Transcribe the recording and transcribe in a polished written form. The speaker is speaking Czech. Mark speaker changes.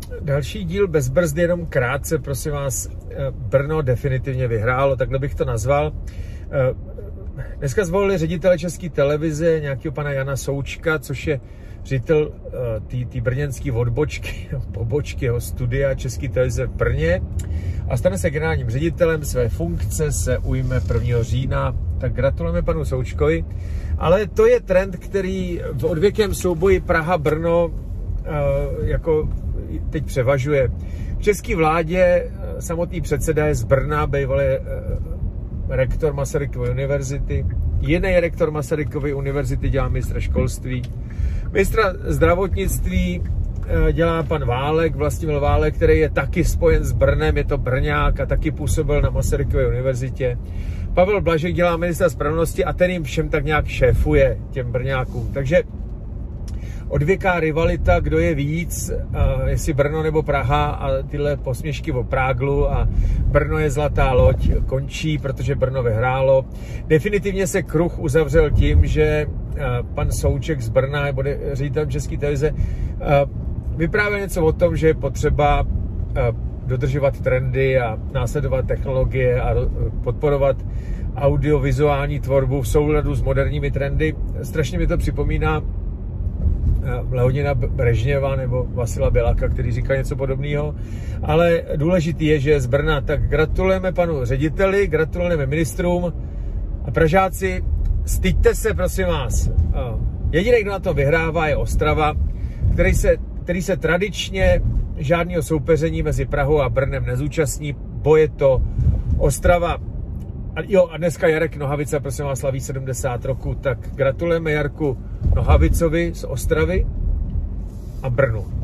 Speaker 1: Další díl bez brzdy, jenom krátce, prosím vás. Brno definitivně vyhrálo, takhle bych to nazval. Dneska zvolili ředitele České televize, nějakého pana Jana Součka, což je ředitel té brněnské pobočky jeho studia České televize v Brně, a stane se generálním ředitelem. Své funkce se ujme 1. října, tak gratulujeme panu Součkovi. Ale to je trend, který v odvěkém souboji Praha-Brno jako teď převažuje. V české vládě samotný předseda je z Brna, bývalý rektor Masarykovy univerzity. Jiný rektor Masarykovy univerzity dělá ministra školství. Ministra zdravotnictví dělá pan Válek, Vlastimil Válek, který je taky spojen s Brnem, je to Brňák a taky působil na Masarykově univerzitě. Pavel Blažek dělá ministra spravedlnosti a ten jim všem tak nějak šéfuje, těm Brňákům. Takže odvěká rivalita, kdo je víc, jestli Brno nebo Praha, a tyhle posměšky o Práglu a Brno je zlatá loď končí, protože Brno vyhrálo. Definitivně se kruh uzavřel tím, že pan Souček z Brna, nebo ředitel České televize, vyprávěl něco o tom, že je potřeba dodržovat trendy a následovat technologie a podporovat audiovizuální tvorbu v souladu s moderními trendy. Strašně mi to připomíná Leonida Brežněva nebo Vasila Bělaka, který říkal něco podobného. Ale důležitý je, že je z Brna. Tak gratulujeme panu řediteli, gratulujeme ministrům a Pražáci, styďte se, prosím vás. Jediný, kdo na to vyhrává, je Ostrava, který se tradičně žádného soupeření mezi Prahou a Brnem nezúčastní. Boje to Ostrava. A dneska Jarek Nohavica, prosím vás, slaví 70 roku, tak gratulujeme Jarku Nohavicovi z Ostravy a Brnu.